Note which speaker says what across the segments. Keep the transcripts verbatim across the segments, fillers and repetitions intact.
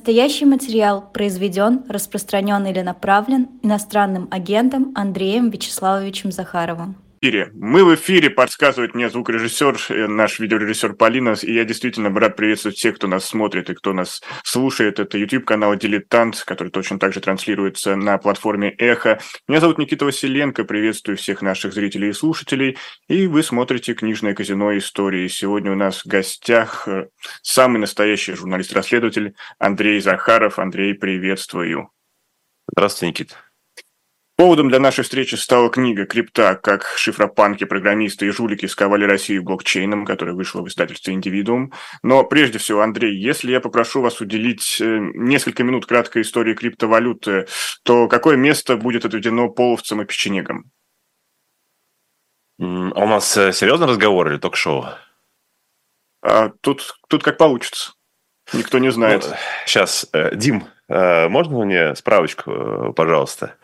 Speaker 1: Настоящий материал произведен, распространен или направлен иностранным агентом Андреем Вячеславовичем Захаровым.
Speaker 2: эфире. Мы в эфире, подсказывает мне звукорежиссер, э, наш видеорежиссер Полина, и я действительно рад приветствовать всех, кто нас смотрит и кто нас слушает. Это YouTube-канал «Дилетант», который точно так же транслируется на платформе «Эхо». Меня зовут Никита Василенко, приветствую всех наших зрителей и слушателей, и вы смотрите «Книжное казино. Истории». Сегодня у нас в гостях э, самый настоящий журналист-расследователь Андрей Захаров. Андрей, приветствую.
Speaker 3: Здравствуйте, Никита.
Speaker 2: Поводом для нашей встречи стала книга «Крипта. Как шифропанки, программисты и жулики сковали Россию блокчейном», которая вышла в издательстве «Индивидуум». Но прежде всего, Андрей, если я попрошу вас уделить несколько минут краткой истории криптовалюты, то какое место будет отведено половцам и печенегам?
Speaker 3: А у нас серьезный разговор или ток-шоу?
Speaker 2: А, тут, тут как получится. Никто не знает.
Speaker 3: Ну, сейчас, Дим, можно мне справочку, пожалуйста?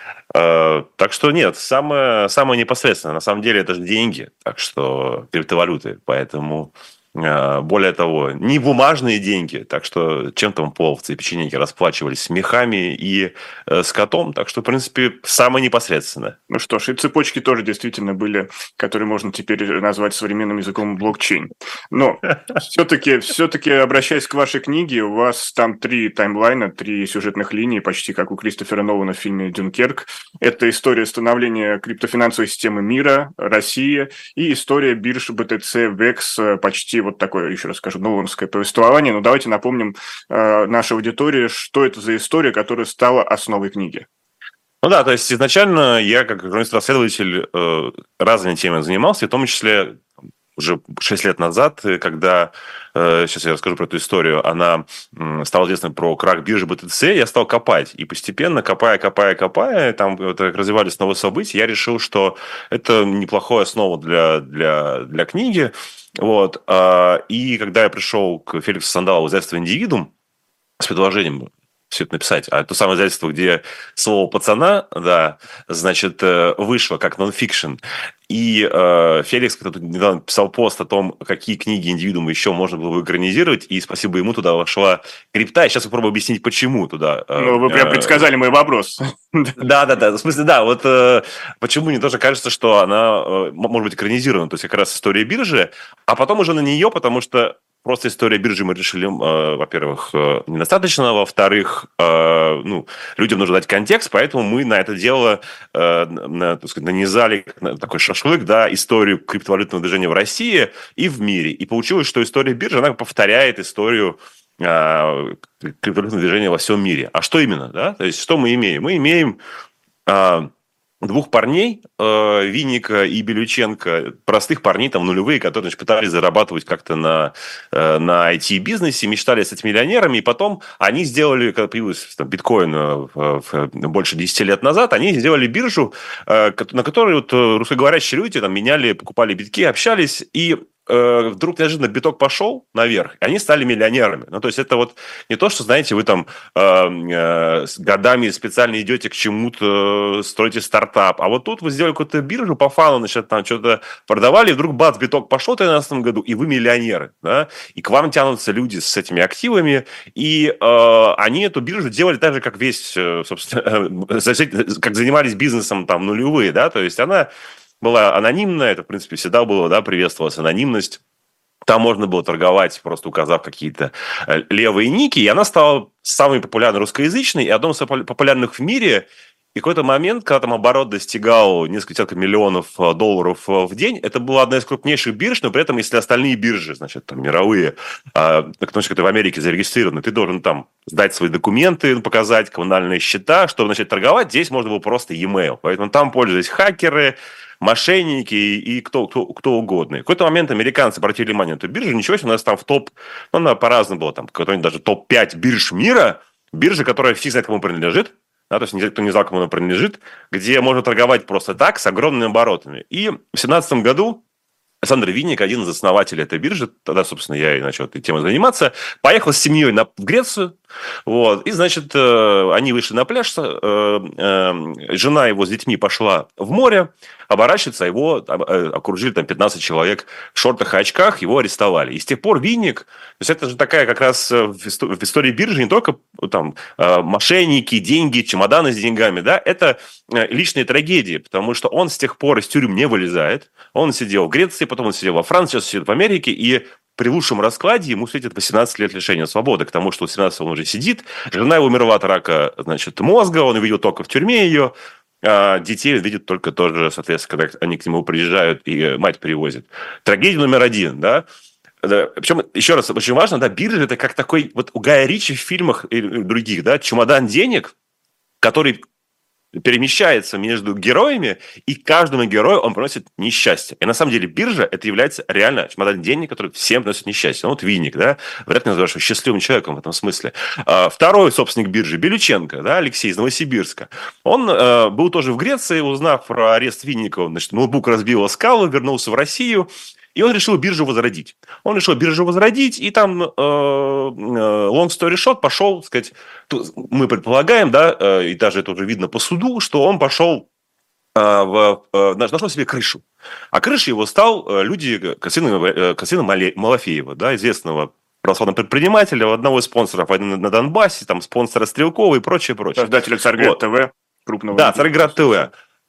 Speaker 3: Так что нет, самое, самое непосредственное, на самом деле, это же деньги, так что криптовалюты, поэтому более того, не бумажные деньги, так что чем там половцы и печенеги расплачивались с мехами и с котом, так что, в принципе, самое непосредственное.
Speaker 2: Ну что ж, и цепочки тоже действительно были, которые можно теперь назвать современным языком блокчейн. Но все-таки, все-таки, обращаясь к вашей книге, у вас там три таймлайна, три сюжетных линии, почти как у Кристофера Нолана в фильме «Дюнкерк». Это история становления криптофинансовой системы мира, России, и история бирж би ти си, векс, почти вот такое, еще раз скажу, нолановское повествование. Но давайте напомним э, нашей аудитории, что это за история, которая стала основой книги.
Speaker 3: Ну да, то есть изначально я, как журналист-расследователь, э, разными темами занимался, в том числе уже шесть лет назад, когда, э, сейчас я расскажу про эту историю, она э, стала известна про крах биржи би ти си, я стал копать. И постепенно, копая, копая, копая, там вот, развивались новые события, я решил, что это неплохая основа для, для, для книги. Вот. И когда я пришел к Феликсу Сандалову в издательство «Индивидуум» с предложением все это написать, а то самое издательство, где слово «пацана», да, значит, вышло как нон-фикшн. И э, Феликс когда недавно писал пост о том, какие книги «Индивидуума» еще можно было бы экранизировать, и спасибо ему туда вошла крипта. И сейчас я попробую объяснить, почему туда. Э,
Speaker 2: ну, вы прям предсказали мой вопрос.
Speaker 3: Да-да-да, в смысле, да, вот э, почему мне тоже кажется, что она э, может быть экранизирована, то есть как раз история биржи, а потом уже на нее, потому что просто история биржи мы решили, э, во-первых, э, недостаточно, во-вторых, э, ну, людям нужно дать контекст, поэтому мы на это дело э, на, так сказать, нанизали такой шашлык, да, историю криптовалютного движения в России и в мире. И получилось, что история биржи, она повторяет историю э, криптовалютного движения во всем мире. А что именно, да? То есть, что мы имеем? Мы имеем... Э, двух парней, э, Винника и Белюченко, простых парней, там, нулевые, которые, значит, пытались зарабатывать как-то на, э, на ай ти-бизнесе, мечтали стать миллионерами, и потом они сделали, когда появился там, биткоин э, э, больше десяти лет назад, они сделали биржу, э, на которой вот, русскоговорящие люди там, меняли, покупали битки, общались, и вдруг неожиданно биток пошел наверх, и они стали миллионерами. Ну, то есть, это вот не то, что, знаете, вы там э, э, годами специально идете к чему-то, э, строите стартап, а вот тут вы сделали какую-то биржу по фану, значит, там что-то продавали, и вдруг, бац, биток пошел в две тысячи тринадцатом году, и вы миллионеры, да, и к вам тянутся люди с этими активами, и э, они эту биржу делали так же, как весь, собственно, как занимались бизнесом там нулевые, да, то есть, она была анонимная, это, в принципе, всегда было, да, приветствовалась анонимность. Там можно было торговать, просто указав какие-то левые ники, и она стала самой популярной русскоязычной и одной из популярных в мире. И в какой-то момент, когда там оборот достигал несколько десятков миллионов долларов в день, это была одна из крупнейших бирж, но при этом, если остальные биржи, значит, там, мировые, потому что ты в Америке зарегистрированы, ты должен там сдать свои документы, показать коммунальные счета, чтобы начать торговать, здесь можно было просто e-mail. Поэтому там пользовались хакеры, мошенники и кто, кто, кто угодно. И в какой-то момент американцы обратили внимание на эту биржу, ничего себе, у нас там в топ, ну, она по-разному была, там, какой-нибудь даже топ пять бирж мира, биржа, которая фиг знает, кому принадлежит, да, то есть никто не знал, кому она принадлежит, где можно торговать просто так, с огромными оборотами. И в две тысячи семнадцатом году Александр Винник, один из основателей этой биржи, тогда, собственно, я и начал этой темой заниматься, поехал с семьей на, в Грецию, Вот. И, значит, они вышли на пляж, жена его с детьми пошла в море, оборачивается, его окружили там пятнадцать человек в шортах и очках, его арестовали. И с тех пор Винник, то есть это же такая как раз в истории биржи не только там мошенники, деньги, чемоданы с деньгами, да, это личные трагедии, потому что он с тех пор из тюрем не вылезает. Он сидел в Греции, потом он сидел во Франции, сейчас сидит в Америке, и при лучшем раскладе ему светит восемнадцать лет лишения свободы, к тому, что у семнадцатого он уже сидит, жена его умерла от рака, значит, мозга, он видел только в тюрьме ее, а детей видит только тоже, соответственно, когда они к нему приезжают и мать привозит. Трагедия номер один, да. Причем, еще раз, очень важно, да, биржа – это как такой, вот у Гая Ричи в фильмах и других, да, чемодан денег, который перемещается между героями, и каждому герою он приносит несчастье. И на самом деле биржа это является реально чемодан денег, который всем приносит несчастье. Ну, вот Винник, да, вряд ли называешь его счастливым человеком в этом смысле. Второй собственник биржи, Белюченко, да, Алексей из Новосибирска. Он э, был тоже в Греции, узнав про арест Винника, значит, ноутбук разбил о скалу, вернулся в Россию. И он решил биржу возродить. Он решил биржу возродить, и там, э, long story short, пошел, так сказать, мы предполагаем, да, э, и даже это уже видно по суду, что он пошел, э, в, э, нашел себе крышу. А крышей его стал э, люди Константина, Константина Малафеева, да, известного православного предпринимателя, одного из спонсоров войны на Донбассе, там, спонсора Стрелкова и прочее, прочее.
Speaker 2: Создателя Царьград вот. ТВ, крупного.
Speaker 3: Да, Царьград ТВ.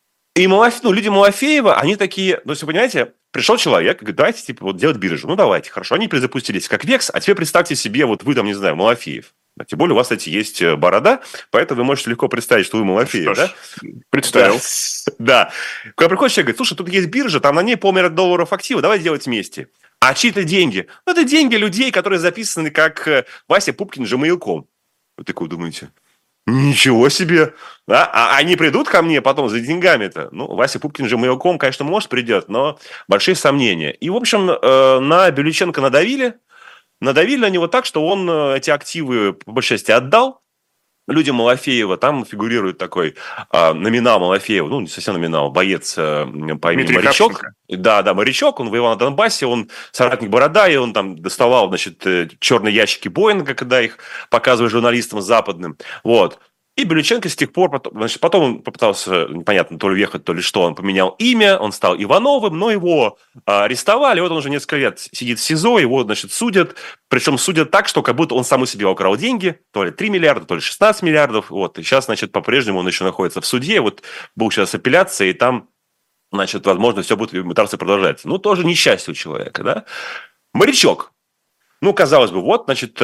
Speaker 3: И Малаф... ну, люди Малафеева, они такие, ну, если вы понимаете, пришел человек и говорит, давайте, типа, вот делать биржу. Ну, давайте, хорошо. Они перезапустились как Векс, а теперь представьте себе, вот вы там, не знаю, Малафеев. А тем более у вас, кстати, есть борода, поэтому вы можете легко представить, что вы Малафеев,
Speaker 2: что
Speaker 3: да?
Speaker 2: ж, представил.
Speaker 3: Да. Когда приходит человек, говорит, слушай, тут есть биржа, там на ней полмиллиарда долларов актива, давай делать вместе. А чьи-то деньги? Ну, это деньги людей, которые записаны как Вася Пупкин Gmail.com. Вы такой думаете... Ничего себе! Да? А они придут ко мне потом за деньгами-то? Ну, Вася Пупкин же Gmail.com, конечно, может, придет, но большие сомнения. И, в общем, на Белюченко надавили. Надавили на него так, что он эти активы, по большей части, отдал людям Малафеева. Там фигурирует такой а, номинал Малафеева, ну, не совсем номинал, боец а, по имени
Speaker 2: Дмитрий
Speaker 3: Морячок.
Speaker 2: Кравченко. Да,
Speaker 3: да, Морячок, он воевал на Донбассе, он соратник Борода, и он там доставал, значит, черные ящики Боинга, когда их показывали журналистам западным. Вот. И Белюченко с тех пор, потом, значит, потом он попытался, непонятно, то ли уехать, то ли что, он поменял имя, он стал Ивановым, но его а, арестовали, вот он уже несколько лет сидит в СИЗО, его, значит, судят, причем судят так, что как будто он сам у себя украл деньги, то ли три миллиарда, то ли шестнадцать миллиардов, вот, и сейчас, значит, по-прежнему он еще находится в суде, вот, был сейчас апелляция, и там, значит, возможно, все будет мутация продолжаться. Ну, тоже несчастье у человека, да. Морячок. Ну, казалось бы, вот, значит,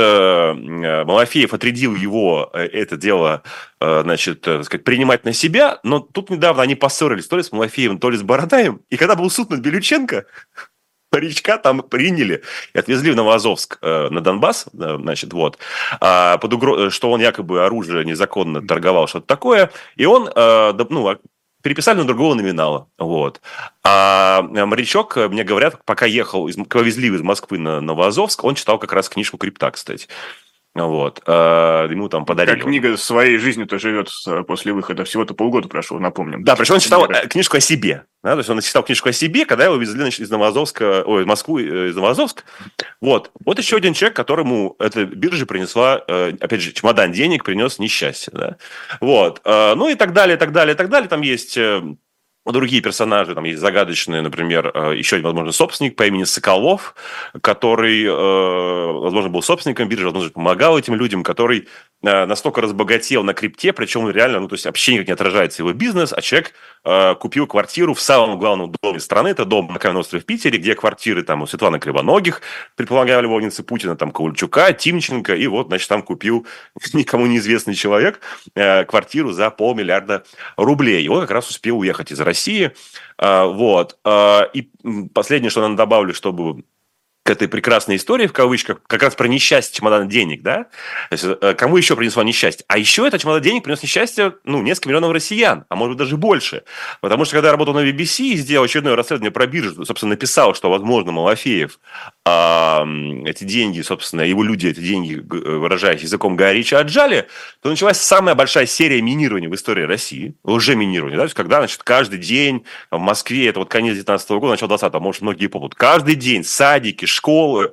Speaker 3: Малафеев отрядил его это дело, значит, так сказать, принимать на себя, но тут недавно они поссорились то ли с Малафеевым, то ли с Бородаем, и когда был суд над Белюченко, морячка там приняли и отвезли в Новоазовск, на Донбасс, значит, вот, под угрозой, что он якобы оружие незаконно торговал, что-то такое, и он, ну, переписали на другого номинала, вот. А морячок, мне говорят, пока ехал, из, когда везли из Москвы на Новоазовск, он читал как раз книжку «Крипта», кстати. Вот. А, ему там подарили.
Speaker 2: Как книга своей жизнью-то живет после выхода. Всего-то полгода прошло, напомним.
Speaker 3: Да, причем он читал книжку о себе. Да? То есть он читал книжку о себе, когда его везли, значит, из Новоазовска, ой, из Москвы, из Новоазовска. Вот. Вот еще один человек, которому эта биржа принесла, опять же, чемодан денег, принес несчастье. Да? Вот. Ну и так далее, и так далее, и так далее. Там есть... Другие персонажи, там есть загадочные, например, еще один, возможно, собственник по имени Соколов, который, возможно, был собственником биржи, возможно, помогал этим людям, который настолько разбогател на крипте, причем реально, ну, то есть вообще никак не отражается его бизнес, а человек купил квартиру в самом главном доме страны, это дом на Каменном острове в Питере, где квартиры там у Светланы Кривоногих, предполагаемой любовницы Путина, там Ковальчука, Тимченко, и вот, значит, там купил никому неизвестный человек квартиру за полмиллиарда рублей. И он как раз успел уехать из России. Вот. И последнее, что я добавлю, чтобы к этой прекрасной истории, в кавычках, как раз про несчастье чемодана денег, да? То есть, кому еще принесло несчастье? А еще это чемодан денег принес несчастье, ну, несколько миллионов россиян, а может быть даже больше. Потому что, когда я работал на би би си и сделал очередное расследование про биржу, собственно, написал, что, возможно, Малафеев а, эти деньги, собственно, его люди эти деньги, выражаясь языком Гая Ричи, отжали, то началась самая большая серия минирования в истории России, лжеминирования, да? То есть, когда, значит, каждый день в Москве, это вот конец девятнадцатого года, начало двадцатого, может, многие помнят, каждый день садики, школы,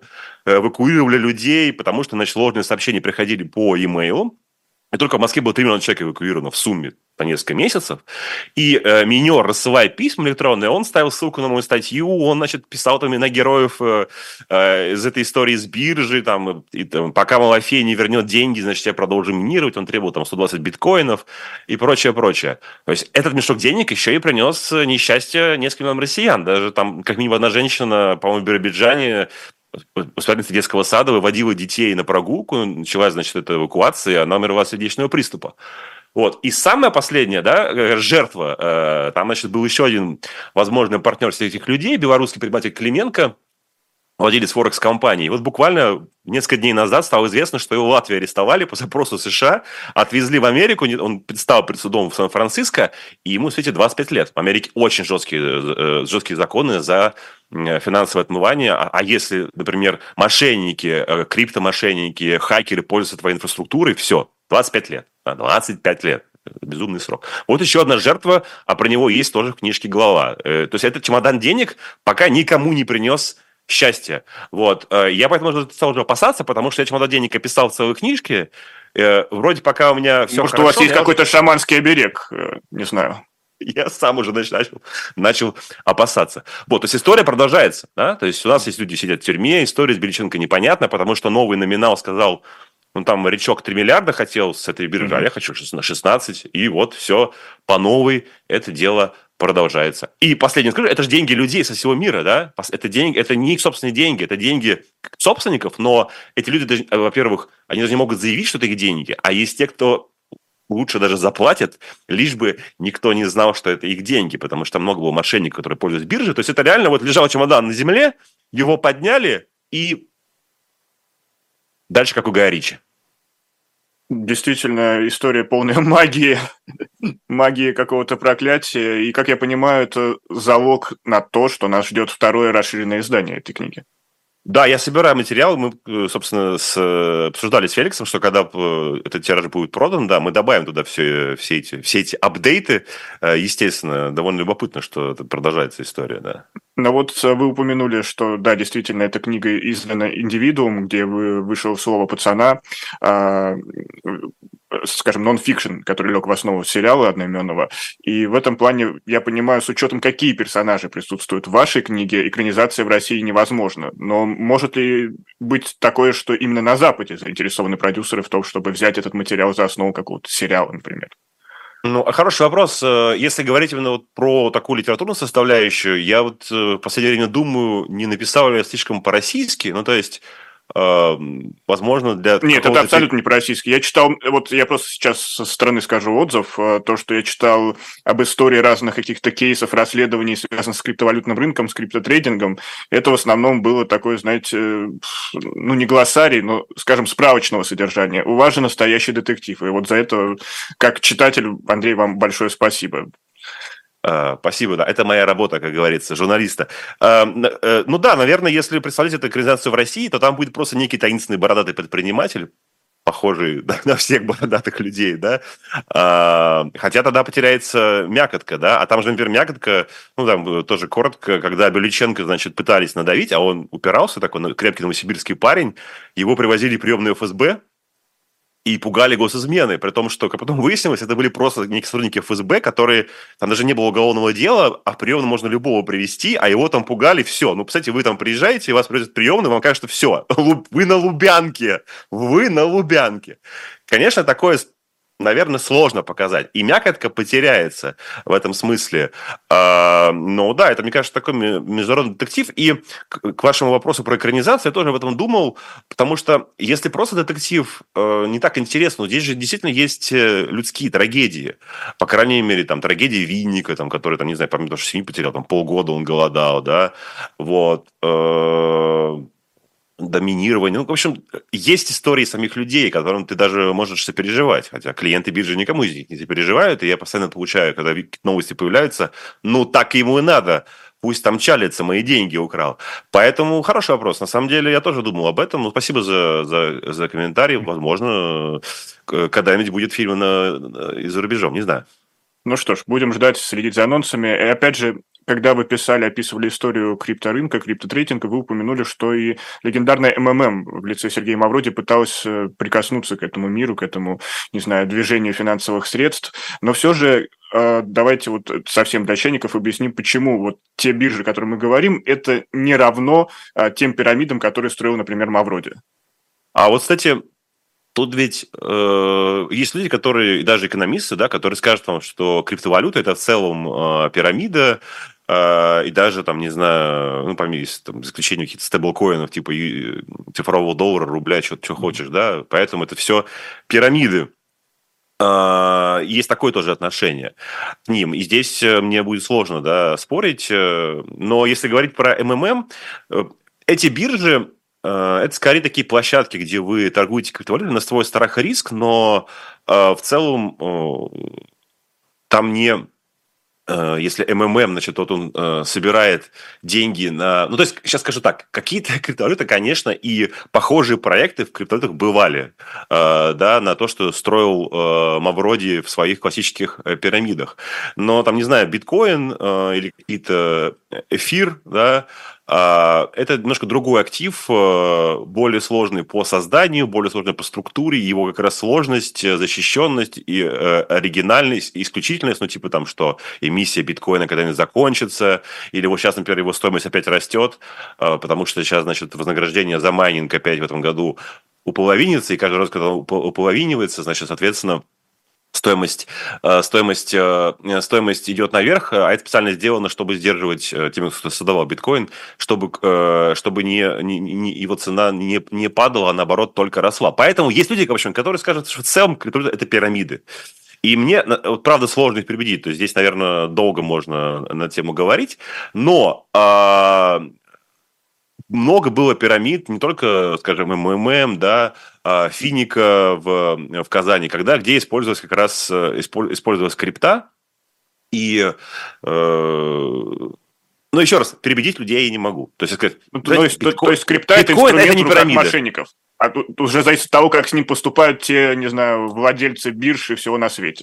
Speaker 3: эвакуировали людей, потому что, значит, ложные сообщения приходили по e-mail. И только в Москве было три миллиона человек эвакуировано в сумме по несколько месяцев. И э, минер, рассылая письма электронные, он ставил ссылку на мою статью, он, значит, писал там на героев э, э, из этой истории с биржи, там, и, там, пока Малафей не вернет деньги, значит, я продолжу минировать, он требовал там сто двадцать биткоинов и прочее, прочее. То есть этот мешок денег еще и принес несчастье нескольким миллионам россиян. Даже там, как минимум, одна женщина, по-моему, в Биробиджане, воспитательница детского сада выводила детей на прогулку, началась, значит, эта эвакуация, и она умерла от сердечного приступа. Вот. И самая последняя, да, жертва, э, там, значит, был еще один возможный партнер всех этих людей, белорусский предприниматель Клименко, владелец Форекс-компании. Вот буквально несколько дней назад стало известно, что его в Латвии арестовали по запросу США, отвезли в Америку, он предстал перед судом в Сан-Франциско, и ему светит двадцать пять лет. В Америке очень жесткие, жесткие законы за финансовое отмывание. А если, например, мошенники, криптомошенники, хакеры пользуются твоей инфраструктурой, все, двадцать пять лет. двадцать пять лет. Безумный срок. Вот еще одна жертва, а про него есть тоже в книжке глава. То есть этот чемодан денег пока никому не принес счастье. Вот. Я поэтому стал уже опасаться, потому что я чемодан денег описал в целой книжке. Вроде пока у меня все
Speaker 2: Может,
Speaker 3: хорошо.
Speaker 2: у вас есть
Speaker 3: я...
Speaker 2: какой-то шаманский оберег? Не знаю.
Speaker 3: Я сам уже начал, начал опасаться. Вот, то есть история продолжается. Да? То есть у нас есть люди, сидят в тюрьме, история с Беличенко непонятна, потому что новый номинал сказал, ну там речок три миллиарда хотел с этой биржи, mm-hmm. а я хочу шестнадцать, и вот все по новой это дело продолжается. И последнее скажу, это же деньги людей со всего мира, да? Это деньги, это не их собственные деньги, это деньги собственников, но эти люди, даже, во-первых, они даже не могут заявить, что это их деньги, а есть те, кто лучше даже заплатят, лишь бы никто не знал, что это их деньги, потому что там много было мошенников, которые пользуются биржей. То есть это реально вот лежал чемодан на земле, его подняли, и дальше как у Гая Ричи.
Speaker 2: Действительно, история полная магии, магии какого-то проклятия. И, как я понимаю, это залог на то, что нас ждет второе расширенное издание этой книги.
Speaker 3: Да, я собираю материал. Мы, собственно, с, обсуждали с Феликсом, что когда этот тираж будет продан, да, мы добавим туда все, все, эти, все эти апдейты. Естественно, довольно любопытно, что продолжается история, да.
Speaker 2: Но вот вы упомянули, что, да, действительно, эта книга издана «Индивидуум», где вышло слово пацана, э, скажем, нон-фикшн, который лег в основу сериала одноименного. И в этом плане, я понимаю, с учетом, какие персонажи присутствуют в вашей книге, экранизация в России невозможна. Но может ли быть такое, что именно на Западе заинтересованы продюсеры в том, чтобы взять этот материал за основу какого-то сериала, например?
Speaker 3: Ну, хороший вопрос. Если говорить именно вот про такую литературную составляющую, я вот в последнее время думаю, не написал ли я слишком по-российски, ну, то есть, э, возможно, для...
Speaker 2: Нет, это абсолютно не по-российски. Я читал, вот я просто сейчас со стороны скажу отзыв, то, что я читал об истории разных каких-то кейсов, расследований, связанных с криптовалютным рынком, с криптотрейдингом, это в основном было такое, знаете, ну, не глоссарий, но, скажем, справочного содержания. У вас же настоящий детектив, и вот за это, как читатель, Андрей, вам большое спасибо.
Speaker 3: Спасибо, да. Это моя работа, как говорится, журналиста. Ну да, наверное, если представить эту экранизацию в России, то там будет просто некий таинственный бородатый предприниматель, похожий да, на всех бородатых людей, да. Хотя тогда потеряется мякотка, да. А там же, например, мякотка, ну там тоже коротко, когда Беличенко, значит, пытались надавить, а он упирался, такой крепкий новосибирский парень, его привозили в приемную эф эс бэ, и пугали госизмены, при том, что, как потом выяснилось, это были просто некие сотрудники эф эс бэ, которые, там даже не было уголовного дела, а в приемную можно любого привести, а его там пугали, все. Ну, кстати, вы там приезжаете, и вас привезут в приемную, вам кажется, все, вы на Лубянке, вы на Лубянке. Конечно, такое, наверное, сложно показать. И мякотка потеряется в этом смысле. А, но да, это, мне кажется, такой международный детектив. И к, к вашему вопросу про экранизацию, я тоже об этом думал, потому что если просто детектив э, не так интересно, но здесь же действительно есть людские трагедии. По крайней мере, там, трагедия Винника, там, который, там, не знаю, помимо того, что семью потерял, там, полгода он голодал, да, вот, э, доминирование. Ну, в общем, есть истории самих людей, которым ты даже можешь сопереживать. Хотя клиенты биржи никому из них не сопереживают, и я постоянно получаю, когда новости появляются, ну, так ему и надо. Пусть там чалится, мои деньги украл. Поэтому хороший вопрос. На самом деле, я тоже думал об этом. Ну, спасибо за, за, за комментарий. Возможно, когда-нибудь будет фильм на, и за рубежом, не знаю.
Speaker 2: Ну что ж, будем ждать, следить за анонсами. И опять же, когда вы писали, описывали историю крипторынка, криптотрейдинга, вы упомянули, что и легендарная эм эм эм в лице Сергея Мавроди пыталась прикоснуться к этому миру, к этому, не знаю, движению финансовых средств. Но все же давайте вот совсем для чайников объясним, почему вот те биржи, о которых мы говорим, это не равно тем пирамидам, которые строил, например, Мавроди.
Speaker 3: А вот, кстати, тут ведь э, есть люди, которые, даже экономисты, да, которые скажут вам, что криптовалюта – это в целом э, пирамида, э, и даже, там, не знаю, ну, помимо, там, за исключением каких-то стейблкоинов, типа и, цифрового доллара, рубля, что, что хочешь, да, поэтому это все пирамиды. Э, есть такое тоже отношение к ним. И здесь мне будет сложно, да, спорить, но если говорить про эм эм эм, э, эти биржи, это скорее такие площадки, где вы торгуете криптовалютой на свой страх и риск, но э, в целом э, там не... Э, если эм эм эм, значит, вот он э, собирает деньги на... Ну, то есть, сейчас скажу так, какие-то криптовалюты, конечно, и похожие проекты в криптовалютах бывали, э, да, на то, что строил э, Мавроди в своих классических э, пирамидах. Но там, не знаю, биткоин э, или какие-то эфир, да, это немножко другой актив, более сложный по созданию, более сложный по структуре, его как раз сложность, защищенность и оригинальность, и исключительность, ну, типа там, что эмиссия биткоина когда-нибудь закончится, или вот сейчас, например, его стоимость опять растет, потому что сейчас, значит, вознаграждение за майнинг опять в этом году уполовинится, и каждый раз, когда уполовинивается, значит, соответственно, Стоимость, стоимость, стоимость идет наверх, а это специально сделано, чтобы сдерживать тем, кто создавал биткоин, чтобы, чтобы не, не, не, его цена не, не падала, а наоборот только росла. Поэтому есть люди, которые скажут, что в целом это пирамиды. И мне, вот, правда, сложно их переубедить. То есть здесь, наверное, долго можно на тему говорить. Но а, много было пирамид, не только, скажем, эм эм эм, да, Финика в, в Казани, когда, где использовалась как раз использовалась крипта. И, э, ну, еще раз, переубедить людей я не могу. То есть, сказать,
Speaker 2: ну, то, есть, биткоин, то есть крипта – это инструмент это не в руках мошенников. А тут уже зависит от того, как с ним поступают те, не знаю, владельцы бирж и всего на свете.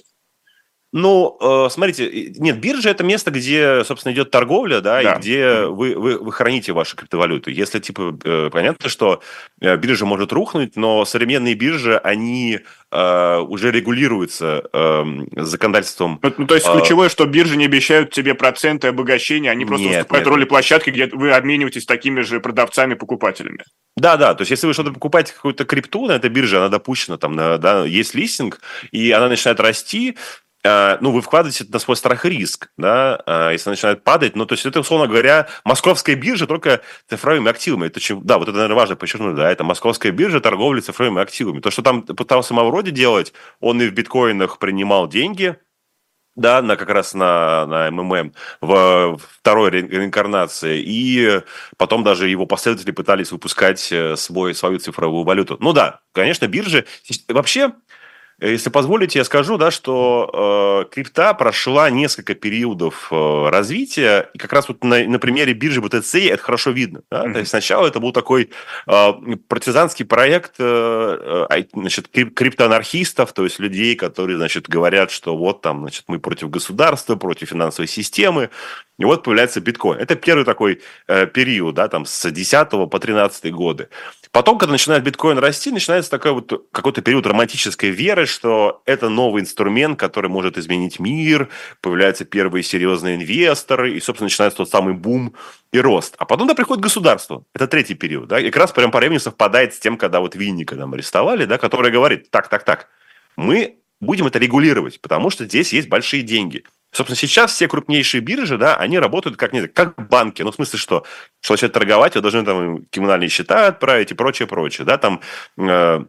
Speaker 3: Ну, э, смотрите, нет, биржа – это место, где, собственно, идет торговля, да, да. И где вы, вы, вы храните вашу криптовалюту. Если, типа, э, понятно, что биржа может рухнуть, но современные биржи, они э, уже регулируются э, законодательством.
Speaker 2: Ну, ну, то есть, ключевое, что биржи не обещают тебе проценты обогащения, они просто нет, выступают в роли площадки, где вы обмениваетесь такими же продавцами-покупателями.
Speaker 3: Да, да, то есть, если вы что-то покупаете, какую-то крипту на этой бирже, она допущена, там, на, да, есть листинг, и она начинает расти, ну, вы вкладываете на свой страх и риск, да, если она начинает падать, ну, то есть это, условно говоря, московская биржа только цифровыми активами. Это, да, вот это, наверное, важно подчеркнуть, да, это московская биржа торговли цифровыми активами. То, что там пытался Мавроди делать, он и в биткоинах принимал деньги, да, на, как раз на, на эм эм эм в второй реинкарнации, и потом даже его последователи пытались выпускать свой, свою цифровую валюту. Ну да, конечно, биржи... Вообще... Если позволите, я скажу, да, что э, крипта прошла несколько периодов э, развития, и как раз вот на, на примере биржи би ти си это хорошо видно. Да? Mm-hmm. То есть сначала это был такой э, партизанский проект э, э, значит, криптоанархистов, то есть людей, которые, значит, говорят, что вот там, значит, мы против государства, против финансовой системы, и вот появляется биткоин. Это первый такой э, период, да, там с десятого по тринадцатый годы. Потом, когда начинает биткоин расти, начинается такой вот какой-то период романтической веры, что это новый инструмент, который может изменить мир, появляются первые серьезные инвесторы, и, собственно, начинается тот самый бум и рост. А потом, да, приходит государство. Это третий период, да, и как раз прям по времени совпадает с тем, когда вот Винника нам арестовали, да, который говорит, так, так, так, мы будем это регулировать, потому что здесь есть большие деньги. Собственно, сейчас все крупнейшие биржи, да, они работают как, не знаю, как банки. Ну, в смысле, что, что начать торговать, вы должны там криминальные счета отправить и прочее, прочее. Да, там э,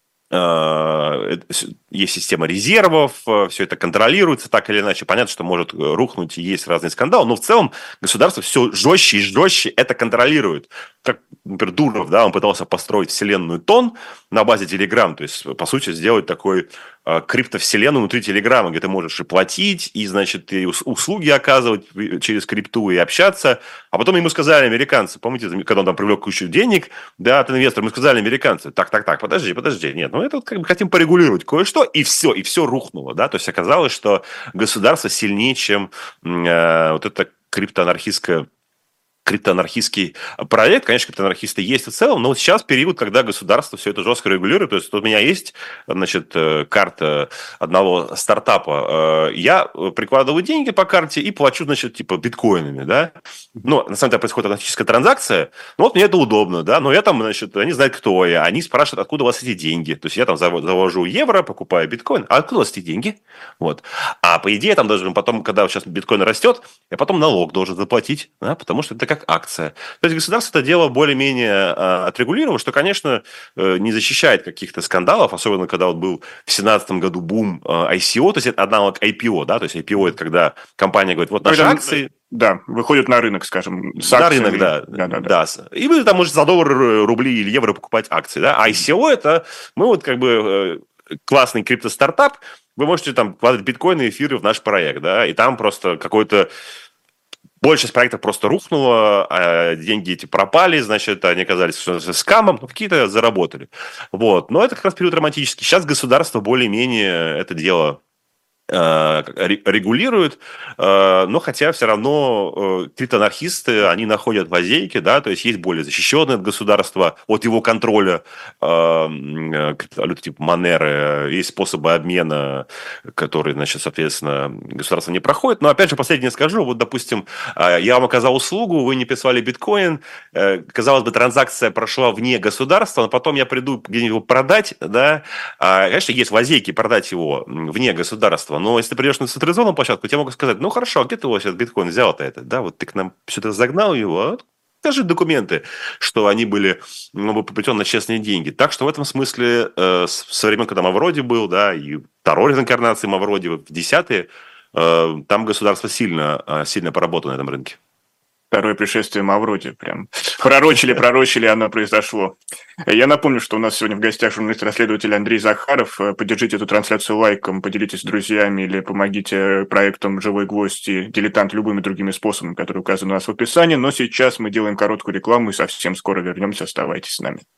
Speaker 3: э, есть система резервов, все это контролируется так или иначе. Понятно, что может рухнуть и есть разные скандалы, но в целом государство все жестче и жестче это контролирует. Как, например, Дуров, да, он пытался построить вселенную Тон на базе Telegram, то есть, по сути, сделать такой э, криптовселенную внутри Телеграма, где ты можешь и платить, и, значит, и услуги оказывать через крипту, и общаться. А потом ему сказали американцы, помните, когда он там привлек кучу денег, да, от инвесторов, ему сказали американцы, так, так, так, подожди, подожди, нет, ну это вот как бы хотим порегулировать кое-что, и все, и все рухнуло, да, то есть оказалось, что государство сильнее, чем э, вот это криптоанархистская криптоанархистский проект. Конечно, криптоанархисты есть в целом, но вот сейчас период, когда государство все это жестко регулирует. То есть у меня есть, значит, карта одного стартапа. Я прикладываю деньги по карте и плачу, значит, типа биткоинами, да. Ну, на самом деле происходит автоматическая транзакция. Ну, вот мне это удобно, да. Но я там, значит, они знают, кто я. Они спрашивают, откуда у вас эти деньги. То есть я там завожу евро, покупаю биткоин. А откуда у вас эти деньги? Вот. А по идее, там даже потом, когда сейчас биткоин растет, я потом налог должен заплатить, да, потому что это как акция. То есть государство это дело более-менее а, отрегулировало, что, конечно, не защищает каких-то скандалов, особенно когда вот был в две тысячи семнадцатом году бум а, ай си о, то есть это аналог ай пи о, да, то есть ай пи о это когда компания говорит, вот наши
Speaker 2: когда,
Speaker 3: акции...
Speaker 2: Да, выходят на рынок, скажем, с
Speaker 3: на
Speaker 2: акциями.
Speaker 3: рынок, да.
Speaker 2: Да, да, да.
Speaker 3: да. И вы там можете за доллар, рубли или евро покупать акции, да. А ай си о это мы вот как бы классный криптостартап, вы можете там вкладывать биткоины, эфиры в наш проект, да, и там просто какой-то большая часть проектов просто рухнула, а деньги эти пропали, значит, они оказались скамом, но какие-то заработали. Вот. Но это как раз период романтический. Сейчас государство более-менее это дело регулируют, но хотя все равно криптоанархисты, они находят лазейки, да, то есть есть более защищенные от государства, от его контроля криптовалюты типа Monero, есть способы обмена, которые, значит, соответственно, государство не проходит. Но опять же, последнее скажу, вот, допустим, я вам оказал услугу, вы не прислали биткоин, казалось бы, транзакция прошла вне государства, но потом я приду где-нибудь его продать, да, конечно, есть лазейки продать его вне государства. Но если ты придешь на централизованную площадку, тебе могут сказать, ну хорошо, а где ты его сейчас биткоин взял-то это? Да, вот ты к нам сюда загнал его, а покажи документы, что они были ну, приобретены на честные деньги. Так что в этом смысле э, со времен, когда Мавроди был, да, и второй инкарнации Мавроди, в десятые, э, там государство сильно, сильно поработало на этом рынке.
Speaker 2: Второе пришествие Мавроди. Прям пророчили, пророчили, оно произошло. Я напомню, что у нас сегодня в гостях журналист-расследователь Андрей Захаров. Поддержите эту трансляцию лайком, поделитесь с друзьями или помогите проектам «Живой гвоздь» и «Дилетант» любыми другими способами, которые указаны у нас в описании. Но сейчас мы делаем короткую рекламу и совсем скоро вернемся. Оставайтесь с нами.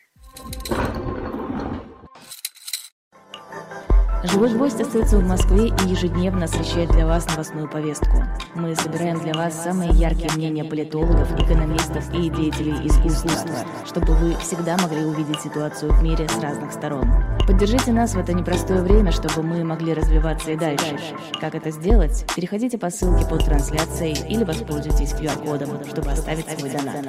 Speaker 4: «Живой гвоздь» остается в Москве и ежедневно освещает для вас новостную повестку. Мы собираем для вас самые яркие мнения политологов, экономистов и деятелей искусства, чтобы вы всегда могли увидеть ситуацию в мире с разных сторон. Поддержите нас в это непростое время, чтобы мы могли развиваться и дальше. Как это сделать? Переходите по ссылке под трансляцией или воспользуйтесь ку ар-кодом, чтобы оставить свой донат.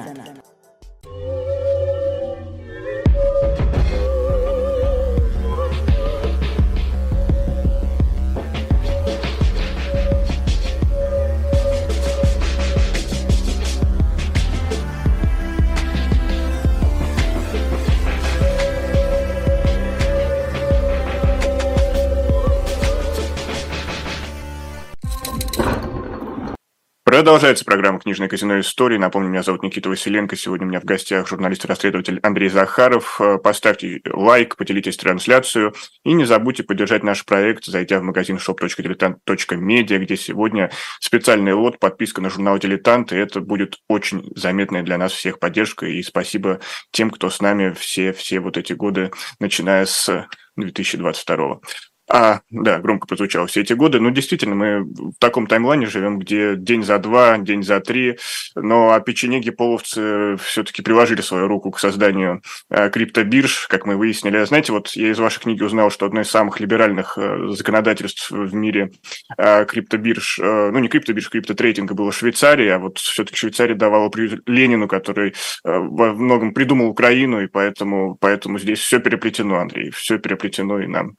Speaker 2: Продолжается программа «Книжное казино. Истории». Напомню, меня зовут Никита Василенко. Сегодня у меня в гостях журналист-расследователь Андрей Захаров. Поставьте лайк, поделитесь трансляцию. И не забудьте поддержать наш проект, зайдя в магазин шоп точка дилетант точка медиа, где сегодня специальный лот, подписка на журнал «Дилетант». И это будет очень заметная для нас всех поддержка. И спасибо тем, кто с нами все, все вот эти годы, начиная с две тысячи двадцать второго. А, да, громко прозвучало все эти годы. Ну, действительно, мы в таком таймлайне живем, где день за два, день за три. Но а печенеги-половцы все-таки приложили свою руку к созданию а, криптобирж, как мы выяснили. Знаете, вот я из вашей книги узнал, что одно из самых либеральных а, законодательств в мире а, криптобирж, а, ну, не криптобирж, криптотрейдинга было Швейцария, а вот все-таки Швейцария давала приют Ленину, который а, во многом придумал Украину, и поэтому, поэтому здесь все переплетено, Андрей, все переплетено, и нам...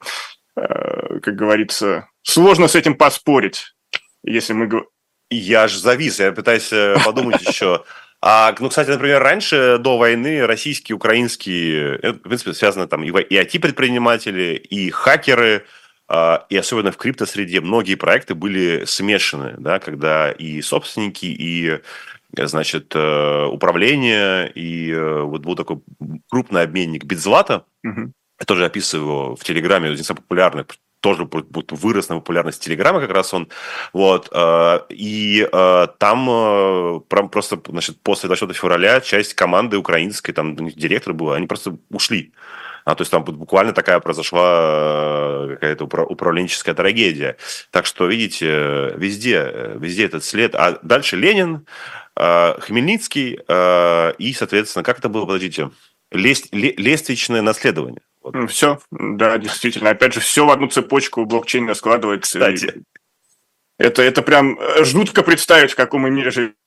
Speaker 2: как говорится, сложно с этим поспорить, если мы...
Speaker 3: Я же завис, я пытаюсь подумать еще. А, ну, кстати, например, раньше, до войны, российские, украинские, это, в принципе, связано там и ай ти-предприниматели, и хакеры, и особенно в криптосреде многие проекты были смешаны, да, когда и собственники, и, значит, управление, и вот был такой крупный обменник Битзлата, угу. Я тоже описываю его в Телеграме, один из самых популярных, тоже вырос на популярность Телеграма как раз он. Вот. И там просто, значит, после двадцать четвёртого февраля часть команды украинской, там директор был, они просто ушли. А, то есть там буквально такая произошла какая-то какая-то управленческая трагедия. Так что, видите, везде, везде этот след. А дальше Ленин, Хмельницкий и, соответственно, как это было, подождите, лест, лествичное наследование.
Speaker 2: Вот. Все, да, действительно. Опять же, все в одну цепочку блокчейна складывается.
Speaker 3: Кстати.
Speaker 2: Это, это прям жутко представить, в каком мы мире живем.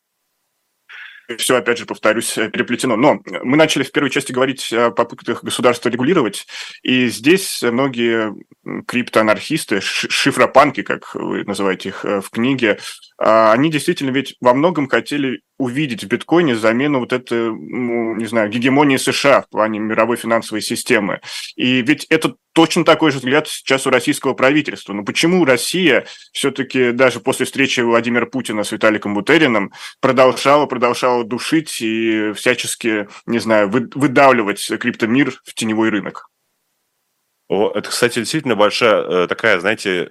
Speaker 2: Все, опять же, повторюсь, переплетено. Но мы начали в первой части говорить о попытках государства регулировать, и здесь многие криптоанархисты, шифропанки, как вы называете их в книге, они действительно ведь во многом хотели увидеть в биткоине замену вот этой, ну, не знаю, гегемонии США в плане мировой финансовой системы. И ведь это точно такой же взгляд сейчас у российского правительства. Но почему Россия все-таки даже после встречи Владимира Путина с Виталиком Бутериным продолжала, продолжала душить и всячески, не знаю, выдавливать криптомир в теневой рынок?
Speaker 3: Это, кстати, действительно большая такая, знаете,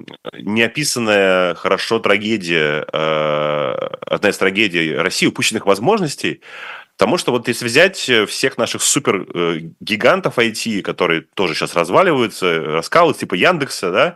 Speaker 3: неописанная хорошо трагедия, одна из трагедий России, упущенных возможностей, потому что вот если взять всех наших супергигантов ай ти, которые тоже сейчас разваливаются, раскалываются, типа Яндекса, да,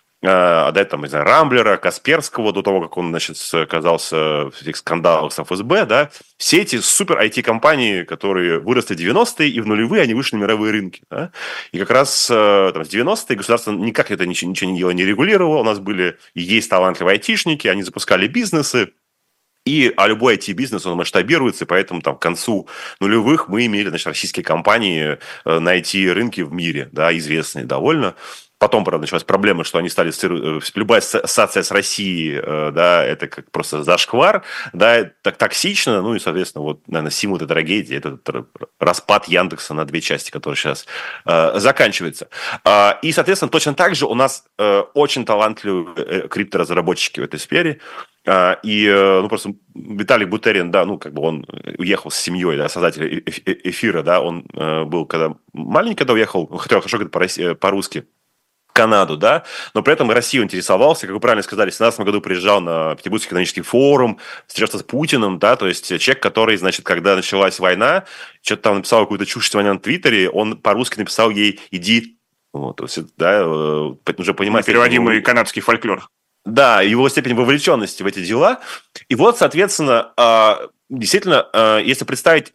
Speaker 3: а до этого, не знаю, Рамблера, Касперского, до того, как он, значит, оказался в этих скандалах с эф эс бэ, да, все эти супер ай ти-компании, которые выросли в девяностые, и в нулевые они вышли на мировые рынки, да, и как раз там, в девяностые государство никак это ничего, ничего не дело, не регулировало, у нас были и есть талантливые айтишники, они запускали бизнесы, и, а любой ай ти-бизнес, он масштабируется, и поэтому там, к концу нулевых мы имели, значит, российские компании на ай ти-рынке в мире, да, известные довольно. Потом, правда, началась проблема, что они стали... Любая ассоциация с Россией, да, это как просто зашквар, да, так токсично, ну и, соответственно, вот, наверное, символ этой трагедии, это распад Яндекса на две части, который сейчас э, заканчивается. Э, и, соответственно, точно так же у нас э, очень талантливые крипторазработчики в этой сфере. Uh, и, ну, просто Виталик Бутерин, да, ну, как бы он уехал с семьей, да, создатель эфира, да, он uh, был, когда маленький, когда уехал, хотел хорошо говорить по-русски, в Канаду, да, но при этом Россию интересовался, как вы правильно сказали, в семнадцатом году приезжал на Петербургский экономический форум, встречался с Путиным, да, то есть человек, который, значит, когда началась война, что-то там написал какую-то чушь на Твиттере, он по-русски написал ей «иди», вот, то есть, да, уже понимаете...
Speaker 2: Переводимый канадский фольклор.
Speaker 3: Да, его степень вовлеченности в эти дела. И вот, соответственно, действительно, если представить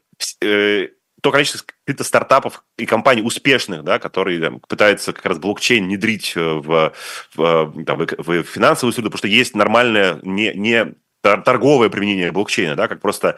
Speaker 3: то количество каких-то стартапов и компаний успешных, да, которые там, пытаются как раз блокчейн внедрить в, в, там, в финансовую среду, потому что есть нормальное не, не торговое применение блокчейна, да, как просто...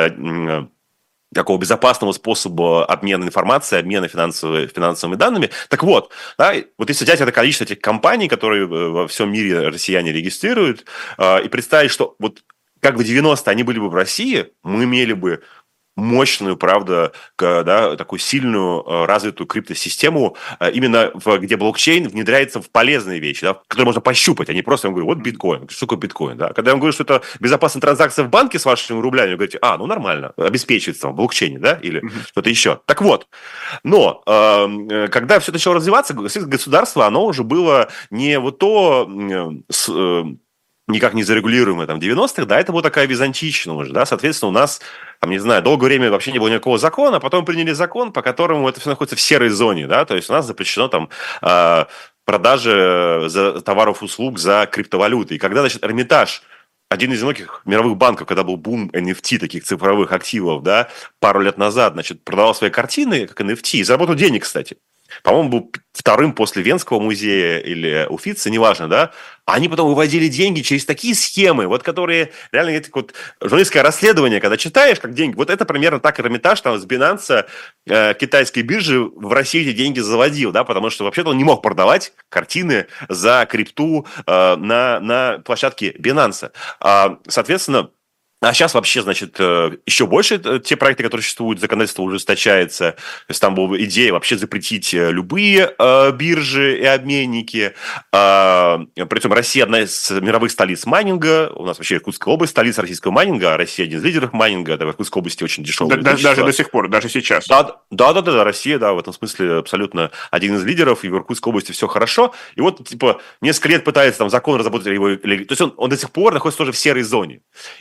Speaker 3: такого безопасного способа обмена информацией, обмена финансовыми, финансовыми данными. Так вот, да, вот если взять это количество этих компаний, которые во всем мире россияне регистрируют, э, и представить, что вот как в девяностые они были бы в России, мы имели бы мощную, правда, да, такую сильную, развитую криптосистему, именно в, где блокчейн внедряется в полезные вещи, да, которые можно пощупать, а не просто, я говорю, вот биткоин. Что такое биткоин? Да? Когда я вам говорю, что это безопасная транзакция в банке с вашими рублями, вы говорите, а, ну нормально, обеспечивается в блокчейне, да, или mm-hmm. что-то еще. Так вот, но э, когда все это начало развиваться, государство, оно уже было не вот то... С, э, никак не зарегулируемое там в девяностых, да, это была такая византичная уже, да, соответственно, у нас, там, не знаю, долгое время вообще не было никакого закона, а потом приняли закон, по которому это все находится в серой зоне, да, то есть у нас запрещено там э, продажи за товаров и услуг за криптовалюты. И когда, значит, Эрмитаж, один из многих мировых банков, когда был бум эн эф ти, таких цифровых активов, да, пару лет назад, значит, продавал свои картины как эн эф ти и заработал денег, кстати. По-моему, был вторым после Венского музея или Уфицы, неважно, да, они потом выводили деньги через такие схемы, вот которые реально, это вот журналистское расследование, когда читаешь, как деньги, вот это примерно так Эрмитаж там с Binance э, китайской биржи в России эти деньги заводил, да, потому что вообще-то он не мог продавать картины за крипту э, на, на площадке Binance. А, соответственно, а сейчас вообще, значит, еще больше те проекты, которые существуют, законодательство ужесточается. То есть там была идея вообще запретить любые э, биржи и обменники. Э, причем Россия одна из мировых столиц майнинга. У нас вообще Иркутская область столица российского майнинга, а Россия один из лидеров майнинга. Да, в Иркутской области очень дешевые.
Speaker 2: Да, даже до сих пор, даже сейчас.
Speaker 3: Да, да, да, да, Россия, да, в этом смысле абсолютно один из лидеров, и в Иркутской области все хорошо. И вот, типа, несколько лет пытается там закон разработать, его, то есть он, он до сих пор находится тоже в серой зоне. И, соответственно,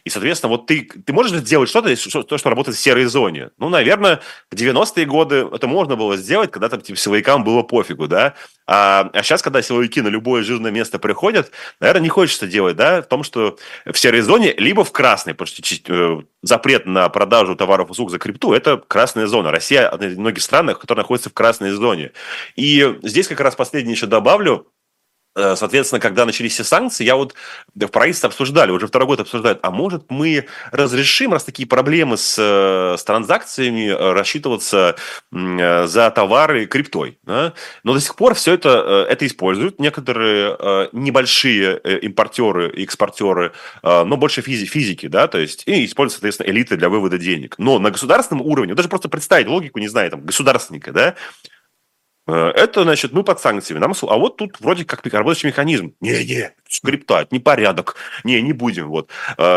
Speaker 3: интересно, вот ты, ты можешь сделать что-то, что, то, что работает в серой зоне? Ну, наверное, в девяностые годы это можно было сделать, когда там типа, силовикам было пофигу, да? А, а сейчас, когда силовики на любое жирное место приходят, наверное, не хочется делать, да, в том, что в серой зоне, либо в красной, потому что э, запрет на продажу товаров и услуг за крипту – это красная зона. Россия – одна из многих стран, которые находятся в красной зоне. И здесь как раз последнее еще добавлю. Соответственно, когда начались все санкции, я вот в правительстве обсуждали, уже второй год обсуждают, а может мы разрешим, раз такие проблемы с, с транзакциями, рассчитываться за товары криптой. Да? Но до сих пор все это, это используют некоторые небольшие импортеры и экспортеры, но больше физи- физики, да, то есть и используют, соответственно, элиты для вывода денег. Но на государственном уровне, даже просто представить логику, не знаю, там, государственника, да, это, значит, мы под санкциями. Нам, а вот тут вроде как работающий механизм. Не-не, крипта, это непорядок. Не, не будем. Вот.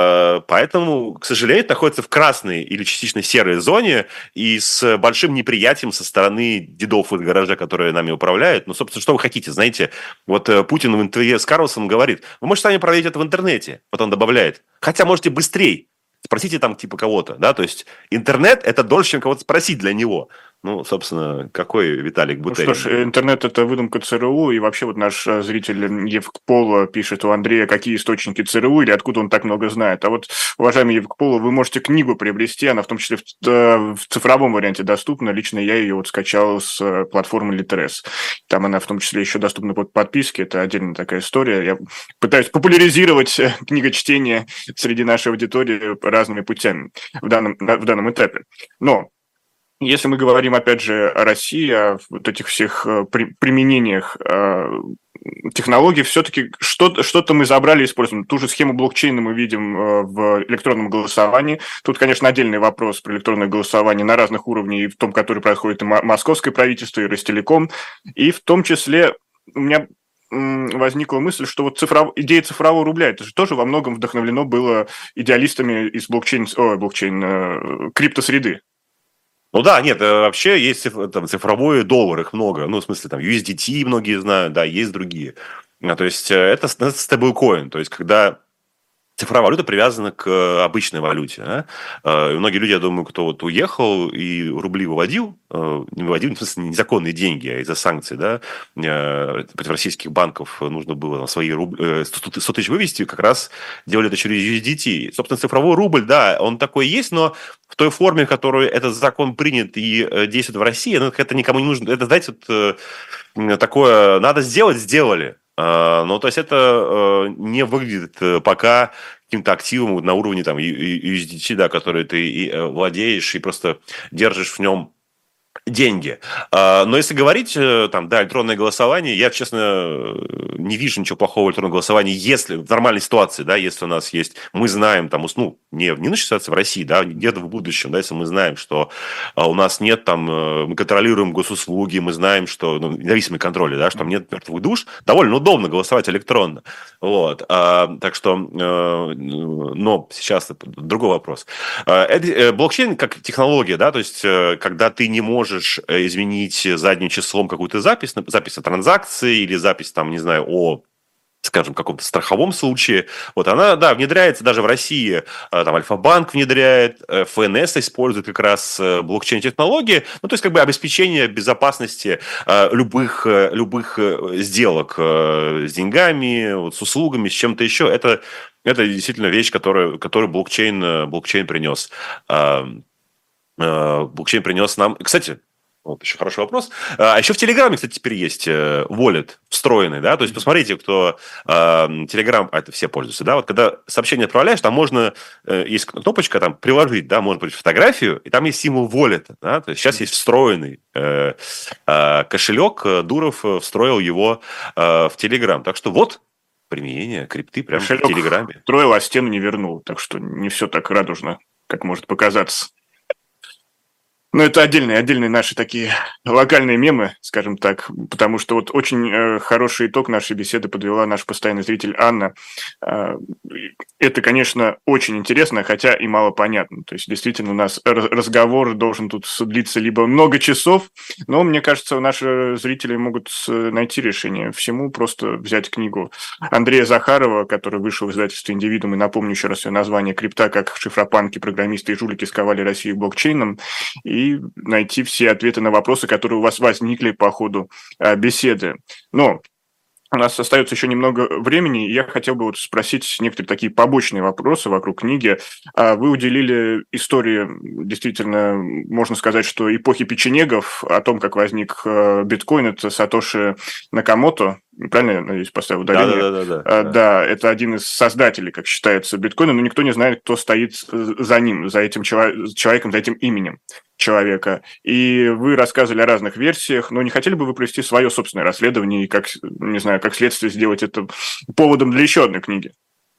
Speaker 3: Поэтому, к сожалению, находится в красной или частично серой зоне и с большим неприятием со стороны дедов из гаража, которые нами управляют. Ну, собственно, что вы хотите, знаете? Вот Путин в интервью с Карлсоном говорит, вы можете сами проверить это в интернете. Вот он добавляет. Хотя можете быстрее. Спросите там типа кого-то, да, то есть интернет – это дольше, чем кого-то спросить для него. Ну, собственно, какой Виталик Бутерин?
Speaker 2: Ну что ж, интернет – это выдумка ЦРУ, и вообще вот наш зритель Евгпола пишет у Андрея, какие источники ЦРУ или откуда он так много знает. А вот, уважаемый Евгпола, вы можете книгу приобрести, она в том числе в, в цифровом варианте доступна. Лично я ее вот скачал с платформы Литрес. Там она в том числе еще доступна под подписке, это отдельная такая история. Я пытаюсь популяризировать книгочтение среди нашей аудитории разными путями в данном, в данном этапе. Но если мы говорим, опять же, о России, о вот этих всех при, применениях э, технологий, все-таки что-то, что-то мы забрали и используем. Ту же схему блокчейна мы видим э, в электронном голосовании. Тут, конечно, отдельный вопрос про электронное голосование на разных уровнях, и в том, который происходит и московское правительство, и Ростелеком. И в том числе у меня возникла мысль, что вот цифров... идея цифрового рубля, это же тоже во многом вдохновлено было идеалистами из блокчейн, о, блокчейн э, криптосреды.
Speaker 3: Ну да, нет, вообще есть там, цифровой доллар, их много. Ну, в смысле, там, ю эс ди ти многие знают, да, есть другие. То есть это, это стейблкоин, то есть когда цифровая валюта привязана к обычной валюте. Да? И многие люди, я думаю, кто вот уехал и рубли выводил, не выводил, в смысле, незаконные деньги, а из-за санкций, да, против российских банков нужно было свои рубли, сто тысяч вывести, как раз делали это через ю эс ди ти. Собственно, цифровой рубль, да, он такой есть, но в той форме, в которой этот закон принят и действует в России, ну, это никому не нужно. Это, знаете, вот такое, надо сделать, сделали. Ну, то есть это не выглядит пока каким-то активом на уровне там ю эс ди ти, да, который ты владеешь и просто держишь в нем деньги. Но если говорить, там, да, электронное голосование, я, честно, не вижу ничего плохого в электронном голосовании, если в нормальной ситуации, да, если у нас есть, мы знаем, там, ну, не в нынешней ситуации в России, да, где-то в будущем, да, если мы знаем, что у нас нет, там, мы контролируем госуслуги, мы знаем, что, ну, независимый контроль, да, что там нет мертвых душ, довольно удобно голосовать электронно, вот, а, так что, но сейчас другой вопрос. Блокчейн как технология, да, то есть, когда ты не можешь можешь изменить задним числом какую-то запись, запись о транзакции или запись, там, не знаю, о, скажем, каком-то страховом случае. Вот она, да, внедряется даже в России. Там Альфа-банк внедряет, эф эн эс использует как раз блокчейн-технологии. Ну, то есть, как бы обеспечение безопасности любых, любых сделок с деньгами, вот, с услугами, с чем-то еще. Это, это действительно вещь, которую, которую блокчейн, блокчейн принес. Блокчейн принес нам... Кстати, вот еще хороший вопрос. А еще в Телеграме, кстати, теперь есть wallet встроенный, да, то есть посмотрите, кто Телеграм, а это все пользуются, да, вот когда сообщение отправляешь, там можно, есть кнопочка там приложить, да, можно быть фотографию, и там есть символ wallet, да, то есть сейчас есть встроенный э, э, кошелек, Дуров встроил его э, в Телеграм, так что вот применение крипты прямо кошелек в Телеграме.
Speaker 2: Встроил, а стену не вернул, так что не все так радужно, как может показаться. Ну, это отдельные, отдельные наши такие локальные мемы, скажем так, потому что вот очень э, хороший итог нашей беседы подвела наш постоянный зритель Анна. Э, это, конечно, очень интересно, хотя и мало понятно. То есть, действительно, у нас разговор должен тут длиться либо много часов, но, мне кажется, наши зрители могут найти решение всему, просто взять книгу Андрея Захарова, который вышел в издательстве «Индивидуум», и напомню еще раз ее название «Крипта. Как шифропанки, программисты и жулики сковали Россию блокчейном», и и найти все ответы на вопросы, которые у вас возникли по ходу а, беседы. Но у нас остается еще немного времени, и я хотел бы вот спросить некоторые такие побочные вопросы вокруг книги. Вы уделили истории, действительно, можно сказать, что эпохи печенегов, о том, как возник биткоин, это Сатоши Накамото. Правильно я, надеюсь, поставил ударение?
Speaker 3: Да, да, да,
Speaker 2: да, да. Да, это один из создателей, как считается, биткоина, но никто не знает, кто стоит за ним, за этим человеком, за этим именем человека. И вы рассказывали о разных версиях, но не хотели бы вы провести свое собственное расследование и, как, не знаю, как следствие сделать это поводом для еще одной книги?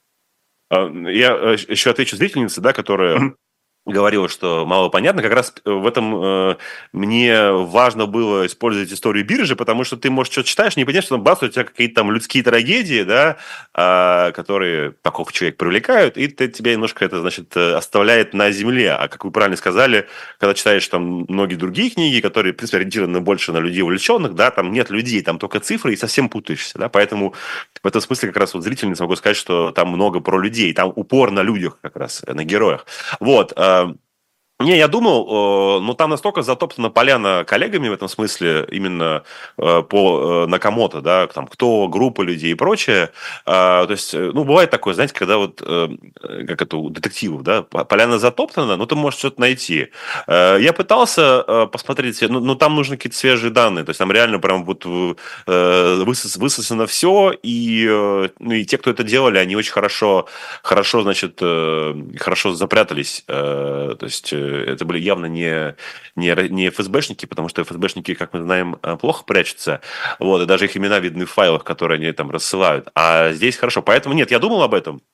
Speaker 3: Я еще отвечу зрительнице, да, которая... Mm-hmm. говорила, что мало понятно. Как раз в этом э, мне важно было использовать историю биржи, потому что ты, может, что-то читаешь, не понимаешь, что там бац, у тебя какие-то там людские трагедии, да, э, которые такого человека привлекают, и ты, тебя немножко это, значит, оставляет на земле. А как вы правильно сказали, когда читаешь там многие другие книги, которые, в принципе, ориентированы больше на людей увлеченных, да, там нет людей, там только цифры, и совсем путаешься, да, поэтому в этом смысле как раз вот зрительница могу сказать, что там много про людей, там упор на людях как раз, на героях. Вот. Не, я думал, ну там настолько затоптана поляна коллегами в этом смысле, именно по Накамото, да, там кто, группа людей и прочее. То есть, ну, бывает такое, знаете, когда вот, как это у детективов, да, поляна затоптана, но ты можешь что-то найти. Я пытался посмотреть, ну, ну там нужны какие-то свежие данные, то есть там реально прям вот высос, высосано все, и, ну, и те, кто это делали, они очень хорошо, хорошо, значит, хорошо запрятались, то есть это были явно не, не, не эф эс бэшники, потому что эф эс бэшники, как мы знаем, плохо прячутся. Вот, и даже их имена видны в файлах, которые они там рассылают. А здесь хорошо. Поэтому нет, я думал об этом,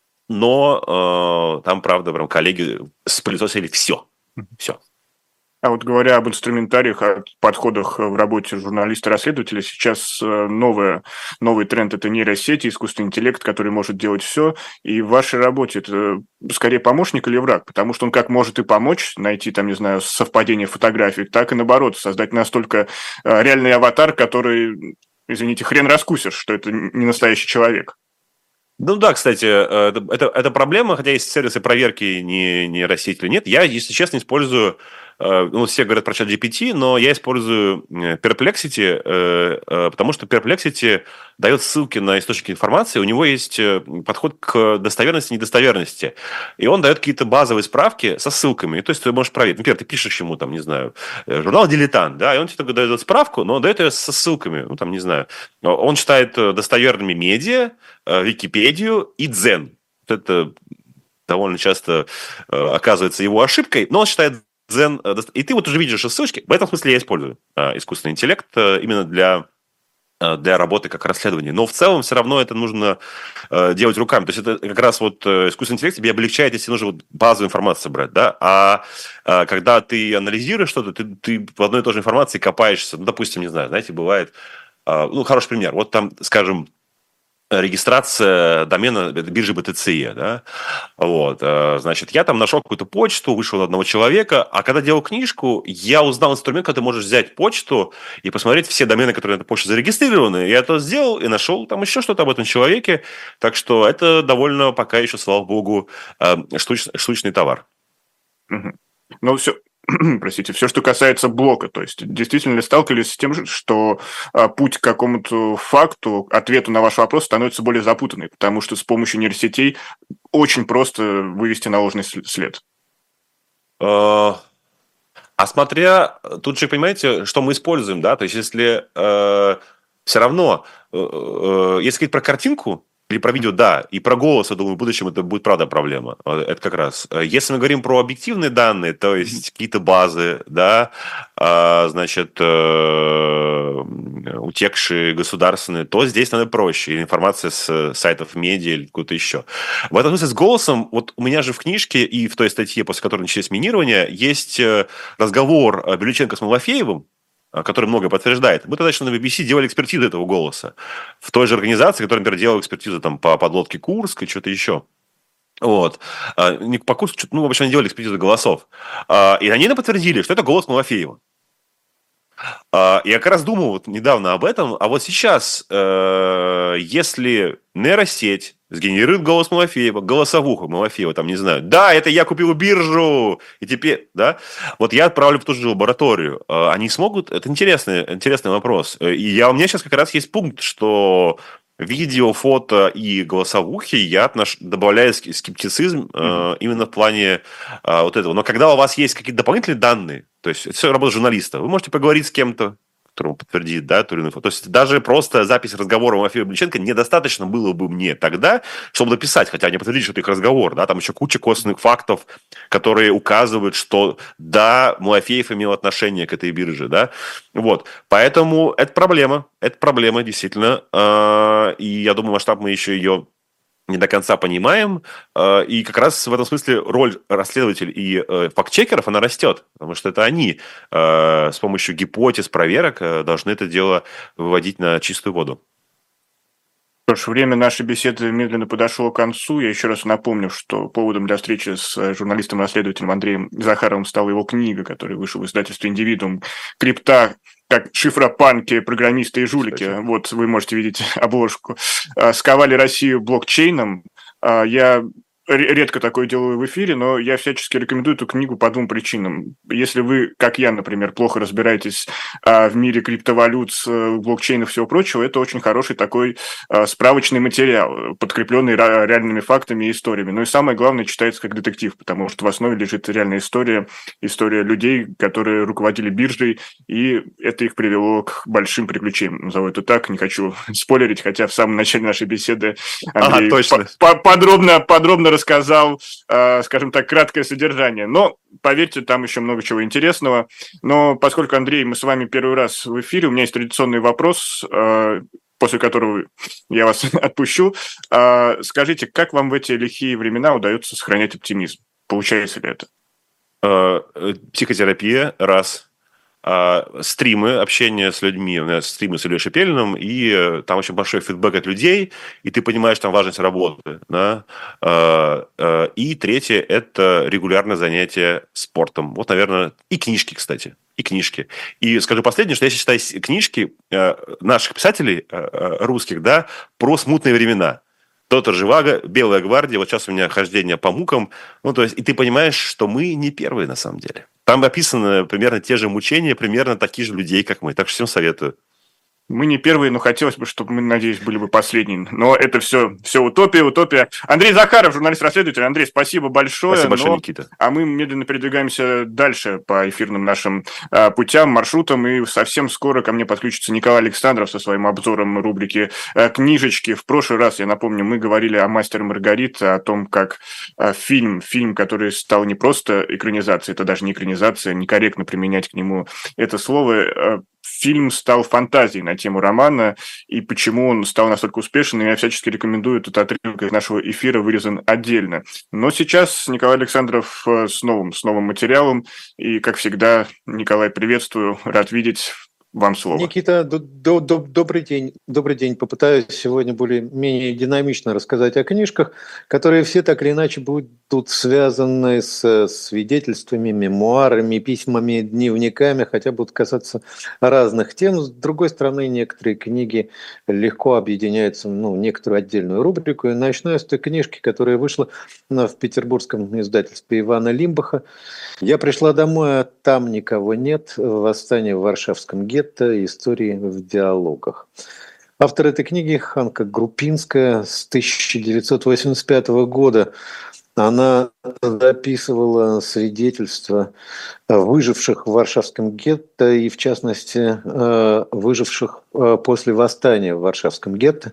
Speaker 3: но э, там, правда, прям коллеги спылесосили все. Все.
Speaker 2: А вот говоря об инструментариях, о подходах в работе журналиста-расследователя, сейчас новое, новый тренд – это нейросети, искусственный интеллект, который может делать все. И в вашей работе это скорее помощник или враг? Потому что он как может и помочь найти, там, не знаю, совпадение фотографий, так и наоборот, создать настолько реальный аватар, который, извините, хрен раскусишь, что это не настоящий человек.
Speaker 3: Ну да, кстати, это, это, это проблема, хотя есть сервисы проверки не, нейросети или нет. Я, если честно, использую, ну, все говорят про чат джи пи ти, но я использую Perplexity, потому что Perplexity дает ссылки на источники информации, у него есть подход к достоверности и недостоверности, и он дает какие-то базовые справки со ссылками, и, то есть ты можешь проверить. Например, ты пишешь ему, там, не знаю, журнал «Дилетант», да, и он тебе дает справку, но дает ее со ссылками, ну, там, не знаю. Он считает достоверными медиа, Википедию и Дзен. Это довольно часто э, оказывается его ошибкой, но он считает Дзен... Э, и ты вот уже видишь ссылочки. В этом смысле я использую э, искусственный интеллект э, именно для, э, для работы как расследования. Но в целом все равно это нужно э, делать руками. То есть это как раз вот э, искусственный интеллект тебе облегчает, если нужно вот базовую информацию собрать. Да? А э, когда ты анализируешь что-то, ты, ты в одной и той же информации копаешься. Ну, допустим, не знаю, знаете, бывает... Э, ну, хороший пример. Вот там, скажем... регистрация домена биржи би ти си и, да, вот, значит, я там нашел какую-то почту, вышел от одного человека, а когда делал книжку, я узнал инструмент, когда ты можешь взять почту и посмотреть все домены, которые на этой почте зарегистрированы, я это сделал и нашел там еще что-то об этом человеке, так что это довольно пока еще, слава богу, штуч, штучный товар.
Speaker 2: Угу. Ну, все... Простите, все, что касается блока, то есть действительно ли сталкивались с тем, что а, путь к какому-то факту, ответу на ваш вопрос становится более запутанный, потому что с помощью нейросетей очень просто вывести на ложный след?
Speaker 3: А смотря, тут же, понимаете, что мы используем, да, то есть если э, все равно, э, э, если говорить про картинку, Или про видео, да. И про голос, я думаю, в будущем это будет, правда, проблема. Это как раз. Если мы говорим про объективные данные, то есть какие-то базы, да, значит, утекшие государственные, то здесь надо проще. Или информация с сайтов медиа или какой-то еще. В этом смысле с голосом, вот у меня же в книжке и в той статье, после которой начались минирования, есть разговор Белюченко с Малафеевым, который многое подтверждает. Мы тогда еще на би би си делали экспертизу этого голоса. В той же организации, которая, например, делала экспертизу там, по подлодке Курск и что-то еще. Вот. Не по Курску, ну, в общем, они делали экспертизу голосов. И они нам подтвердили, что это голос Малафеева. Я как раз думал вот недавно об этом, а вот сейчас, если нейросеть сгенерирует голос Малафеева, голосовуху Малафеева, там, не знаю, да, это я купил биржу, и теперь, да, вот я отправлю в ту же лабораторию. Они смогут? Это интересный, интересный вопрос. И я, у меня сейчас как раз есть пункт, что видео, фото и голосовухи я отнош... добавляю скептицизм mm-hmm. э, именно в плане э, вот этого. Но когда у вас есть какие-то дополнительные данные, то есть это все работа журналиста, вы можете поговорить с кем-то, которому подтвердит, да, ту или иную инфу. То есть даже просто запись разговора Малафеева и Белюченко недостаточно было бы мне тогда, чтобы написать, хотя они подтвердили, что это их разговор, да, там еще куча косвенных фактов, которые указывают, что да, Малафеев имел отношение к этой бирже, да, вот. Поэтому это проблема, это проблема, действительно, и я думаю, масштаб мы еще ее не до конца понимаем, и как раз в этом смысле роль расследователей и фактчекеров, она растет, потому что это они с помощью гипотез, проверок должны это дело выводить на чистую воду.
Speaker 2: Что ж, время нашей беседы медленно подошло к концу. Я еще раз напомню, что поводом для встречи с журналистом-расследователем Андреем Захаровым стала его книга, которая вышла в издательстве «Индивидуум». «Крипта. Как шифропанки, программисты и жулики». Кстати. Вот вы можете видеть обложку. «Сковали Россию блокчейном». Я редко такое делаю в эфире, но я всячески рекомендую эту книгу по двум причинам. Если вы, как я, например, плохо разбираетесь а, в мире криптовалют, блокчейнов и всего прочего, это очень хороший такой а, справочный материал, подкрепленный ра- реальными фактами и историями. Ну и самое главное, читается как детектив, потому что в основе лежит реальная история, история людей, которые руководили биржей, и это их привело к большим приключениям. Назову это так, не хочу спойлерить, хотя в самом начале нашей беседы Андрей
Speaker 3: ага, точно.
Speaker 2: По- подробно, подробно рассказал, э, скажем так, краткое содержание. Но, поверьте, там еще много чего интересного. Но поскольку, Андрей, мы с вами первый раз в эфире, у меня есть традиционный вопрос, э, после которого я вас отпущу. Э, скажите, как вам в эти лихие времена удается сохранять оптимизм? Получается ли это?
Speaker 3: Э, психотерапия, раз. Стримы, общение с людьми, у нас стримы с Ильей Шепелиным, и там очень большой фидбэк от людей, и ты понимаешь там важность работы. Да? И третье – это регулярное занятие спортом. Вот, наверное, и книжки, кстати. И книжки. И скажу последнее, что я считаю книжки наших писателей русских, да, про смутные времена. Доктор Живаго, Белая гвардия, вот сейчас у меня хождение по мукам. Ну, то есть, и ты понимаешь, что мы не первые на самом деле. Там описаны примерно те же мучения, примерно таких же людей, как мы. Так что всем советую.
Speaker 2: Мы не первые, но хотелось бы, чтобы мы, надеюсь, были бы последними. Но это все, все утопия, утопия. Андрей Захаров, журналист-расследователь. Андрей, спасибо большое.
Speaker 3: Спасибо большое,
Speaker 2: но...
Speaker 3: Никита.
Speaker 2: А мы медленно передвигаемся дальше по эфирным нашим а, путям, маршрутам. И совсем скоро ко мне подключится Николай Александров со своим обзором рубрики а, «Книжечки». В прошлый раз, я напомню, мы говорили о «Мастере и Маргарите», о том, как а, фильм, фильм, который стал не просто экранизацией, это даже не экранизация, некорректно применять к нему это слово, а, фильм стал фантазией на тему романа, и почему он стал настолько успешным, я всячески рекомендую этот отрывок из нашего эфира вырезан отдельно. Но сейчас Николай Александров с новым, с новым материалом, и, как всегда, Николай, приветствую, рад видеть. Вам слово.
Speaker 5: Никита, до, до, до, добрый день. Добрый день. Попытаюсь сегодня более-менее динамично рассказать о книжках, которые все так или иначе будут связаны с свидетельствами, мемуарами, письмами, дневниками, хотя будут касаться разных тем. С другой стороны, некоторые книги легко объединяются ну, в некоторую отдельную рубрику. И начну я с той книжки, которая вышла в петербургском издательстве Ивана Лимбаха. «Я пришла домой, а там никого нет. Восстание в Варшавском гетто. Истории в диалогах». Автор этой книги Ханка Группинская с тысяча девятьсот восемьдесят пятого года она записывала свидетельства выживших в Варшавском гетто и, в частности, выживших после восстания в Варшавском гетто.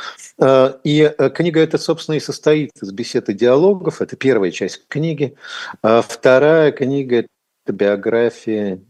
Speaker 5: И книга эта, собственно, и состоит из бесед и диалогов. Это первая часть книги. А вторая книга – это биография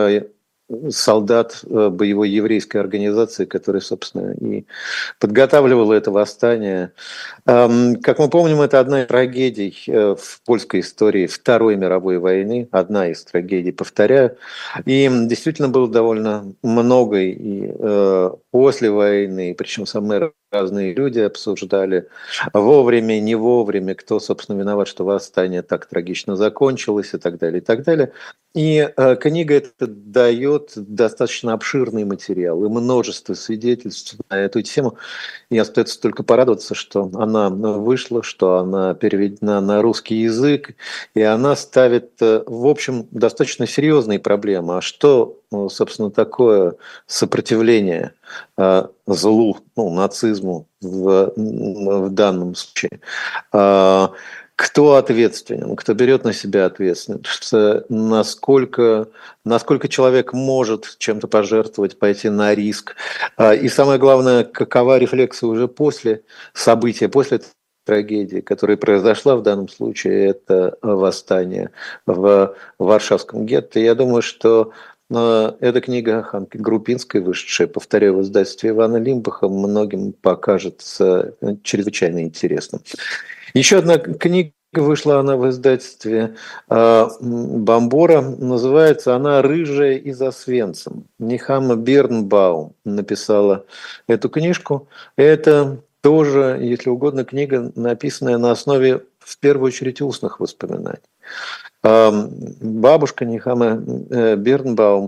Speaker 5: солдат боевой еврейской организации, которая, собственно, и подготавливала это восстание. Как мы помним, это одна из трагедий в польской истории Второй мировой войны, одна из трагедий, повторяю. И действительно было довольно много и после войны, причем самые разные люди обсуждали вовремя, не вовремя, кто, собственно, виноват, что восстание так трагично закончилось и так далее, и так далее. И э, книга эта дает достаточно обширный материал и множество свидетельств на эту тему. И остается только порадоваться, что она вышла, что она переведена на русский язык, и она ставит, в общем, достаточно серьезные проблемы. А что, собственно, такое сопротивление э, злу, ну, нацизму в, в данном случае? Э, Кто ответственен, кто берет на себя ответственность, насколько, насколько человек может чем-то пожертвовать, пойти на риск. И самое главное, какова рефлексия уже после события, после трагедии, которая произошла в данном случае, это восстание в Варшавском гетто. Я думаю, что эта книга Ханки Группинской, вышедшая, повторяю, в издательстве Ивана Лимбаха, многим покажется чрезвычайно интересным. Еще одна книга вышла, она в издательстве э, Бомбора, называется она «Рыжая из Освенцима». Нехама Бирнбаум написала эту книжку. Это тоже, если угодно, книга, написанная на основе, в первую очередь, устных воспоминаний. Э, бабушка Нехама э, Бирнбаум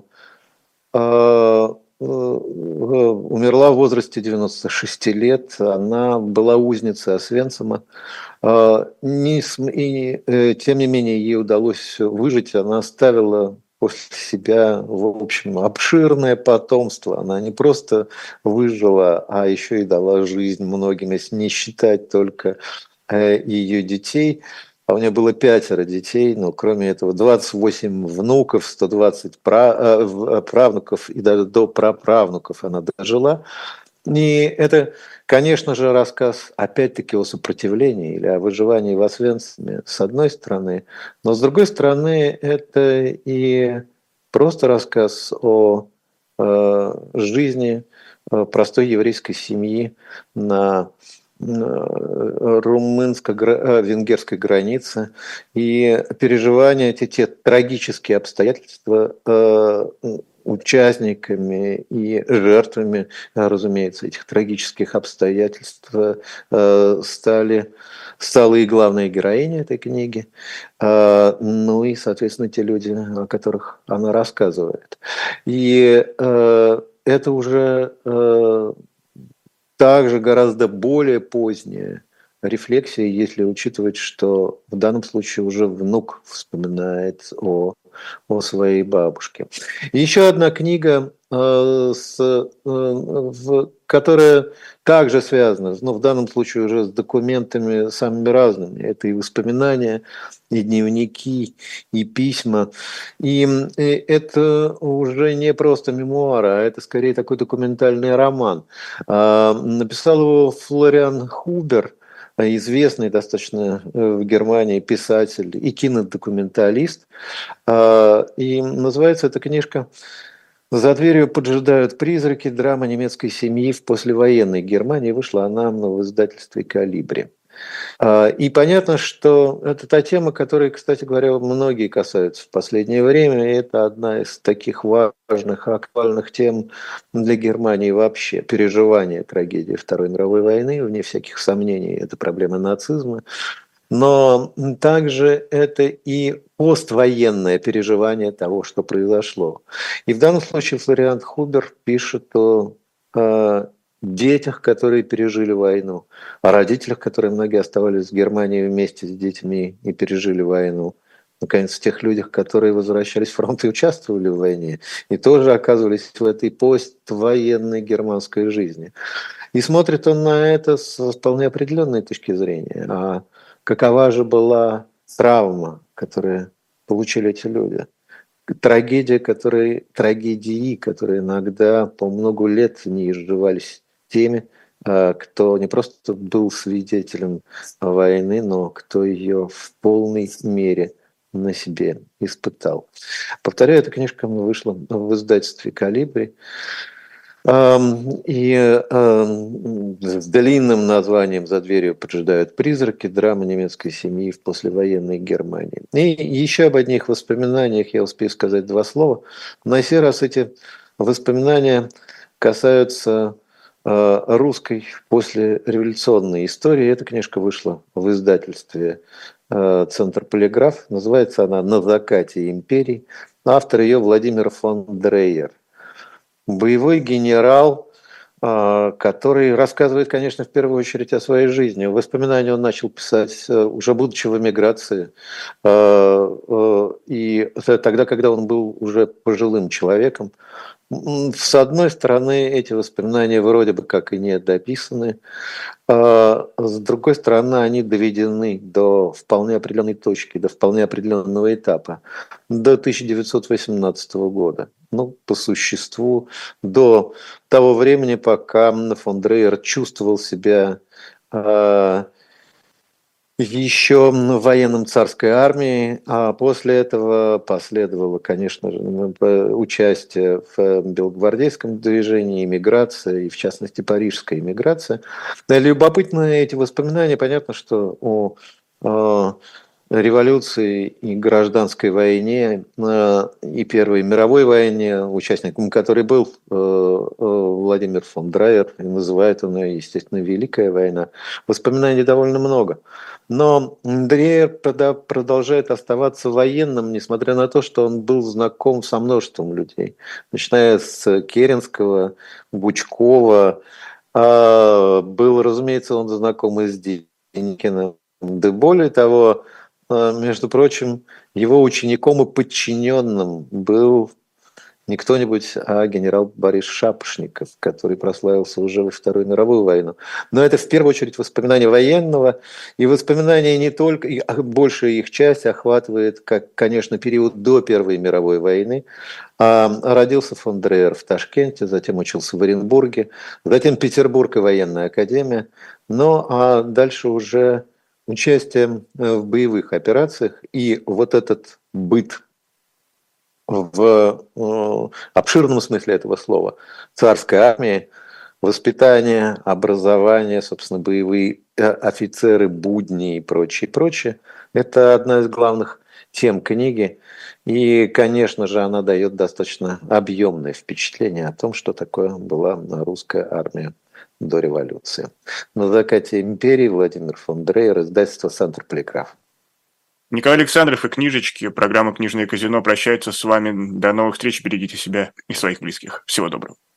Speaker 5: э, умерла в возрасте девяноста шести лет. Она была узницей Освенцима. И, тем не менее, ей удалось выжить. Она оставила после себя, в общем, обширное потомство. Она не просто выжила, а еще и дала жизнь многим, если не считать только ее детей. А у нее было пятеро детей, но кроме этого двадцать восемь внуков, сто двадцать правнуков и даже до праправнуков она дожила. И это, конечно же, рассказ опять-таки о сопротивлении или о выживании в Освенциме с одной стороны, но с другой стороны это и просто рассказ о э, жизни простой еврейской семьи на румынско-венгерской границе и переживания, эти те трагические обстоятельства э, участниками и жертвами, разумеется, этих трагических обстоятельств э, стали, стала и главная героиня этой книги, э, ну и, соответственно, те люди, о которых она рассказывает. И э, это уже э, также гораздо более поздняя рефлексия, если учитывать, что в данном случае уже внук вспоминает о, о своей бабушке. И еще одна книга, э, с, э, в, которая также связана, но в данном случае уже с документами самыми разными. Это и воспоминания, и дневники, и письма. И, и это уже не просто мемуары, а это скорее такой документальный роман. Э, написал его Флориан Хубер, известный достаточно в Германии писатель и кинодокументалист. И называется эта книжка «За дверью поджидают призраки. Драма немецкой семьи в послевоенной Германии». Вышла она в издательстве «Колибри». И понятно, что это та тема, которой, кстати говоря, многие касаются в последнее время. И это одна из таких важных, актуальных тем для Германии вообще. Переживание трагедии Второй мировой войны, вне всяких сомнений, это проблема нацизма. Но также это и поствоенное переживание того, что произошло. И в данном случае Флориан Хубер пишет о детях, которые пережили войну, о родителях, которые многие оставались в Германии вместе с детьми и пережили войну. Наконец, о тех людях, которые возвращались с фронта и участвовали в войне, и тоже оказывались в этой поствоенной германской жизни. И смотрит он на это с вполне определенной точки зрения. А какова же была травма, которую получили эти люди. Трагедия, которые, трагедии, которые иногда по много лет не изживались теми, кто не просто был свидетелем войны, но кто ее в полной мере на себе испытал. Повторяю, эта книжка вышла в издательстве «Колибри». И с длинным названием «За дверью поджидают призраки. Драма немецкой семьи в послевоенной Германии». И еще об одних воспоминаниях я успею сказать два слова. На сей раз эти воспоминания касаются русской послереволюционной истории. Эта книжка вышла в издательстве «Центр Полиграф». Называется она «На закате империи». Автор ее Владимир фон Дрейер. Боевой генерал, который рассказывает, конечно, в первую очередь о своей жизни. Воспоминания он начал писать уже будучи в эмиграции. И тогда, когда он был уже пожилым человеком. С одной стороны, эти воспоминания вроде бы как и не дописаны, а с другой стороны, они доведены до вполне определенной точки, до вполне определенного этапа, до тысяча девятьсот восемнадцатого года. Ну, по существу, до того времени, пока фон Дрейер чувствовал себя а, еще в военном царской армии, а после этого последовало, конечно же, участие в белогвардейском движении, эмиграция, и в частности парижская эмиграция. Любопытны эти воспоминания. Понятно, что о, о революции и гражданской войне и Первой мировой войне, участником которой был Владимир фон Дрейер, и называет он ее, естественно, Великая война, воспоминаний довольно много. Но Дрейер продолжает оставаться военным, несмотря на то, что он был знаком со множеством людей, начиная с Керенского, Гучкова. Был, разумеется, он знаком и с Деникиным. Да более того, между прочим, его учеником и подчиненным был не кто-нибудь, а генерал Борис Шапошников, который прославился уже во Вторую мировую войну. Но это в первую очередь воспоминания военного, и воспоминания не только, большая их часть охватывает, как, конечно, период до Первой мировой войны. А родился фон Дрейер в Ташкенте, затем учился в Оренбурге, затем Петербург и военная академия, ну а дальше уже участие в боевых операциях, и вот этот быт в э, обширном смысле этого слова царской армии, воспитание, образование, собственно, боевые офицеры, будни и прочее, прочее, это одна из главных тем книги. И, конечно же, она дает достаточно объемное впечатление о том, что такое была русская армия до революции. На закате империи Владимир фон Дрейер, издательство «Центр Полиграф».
Speaker 2: Николай Александров и книжечки, программа «Книжное казино» прощается с вами. До новых встреч, берегите себя и своих близких. Всего доброго.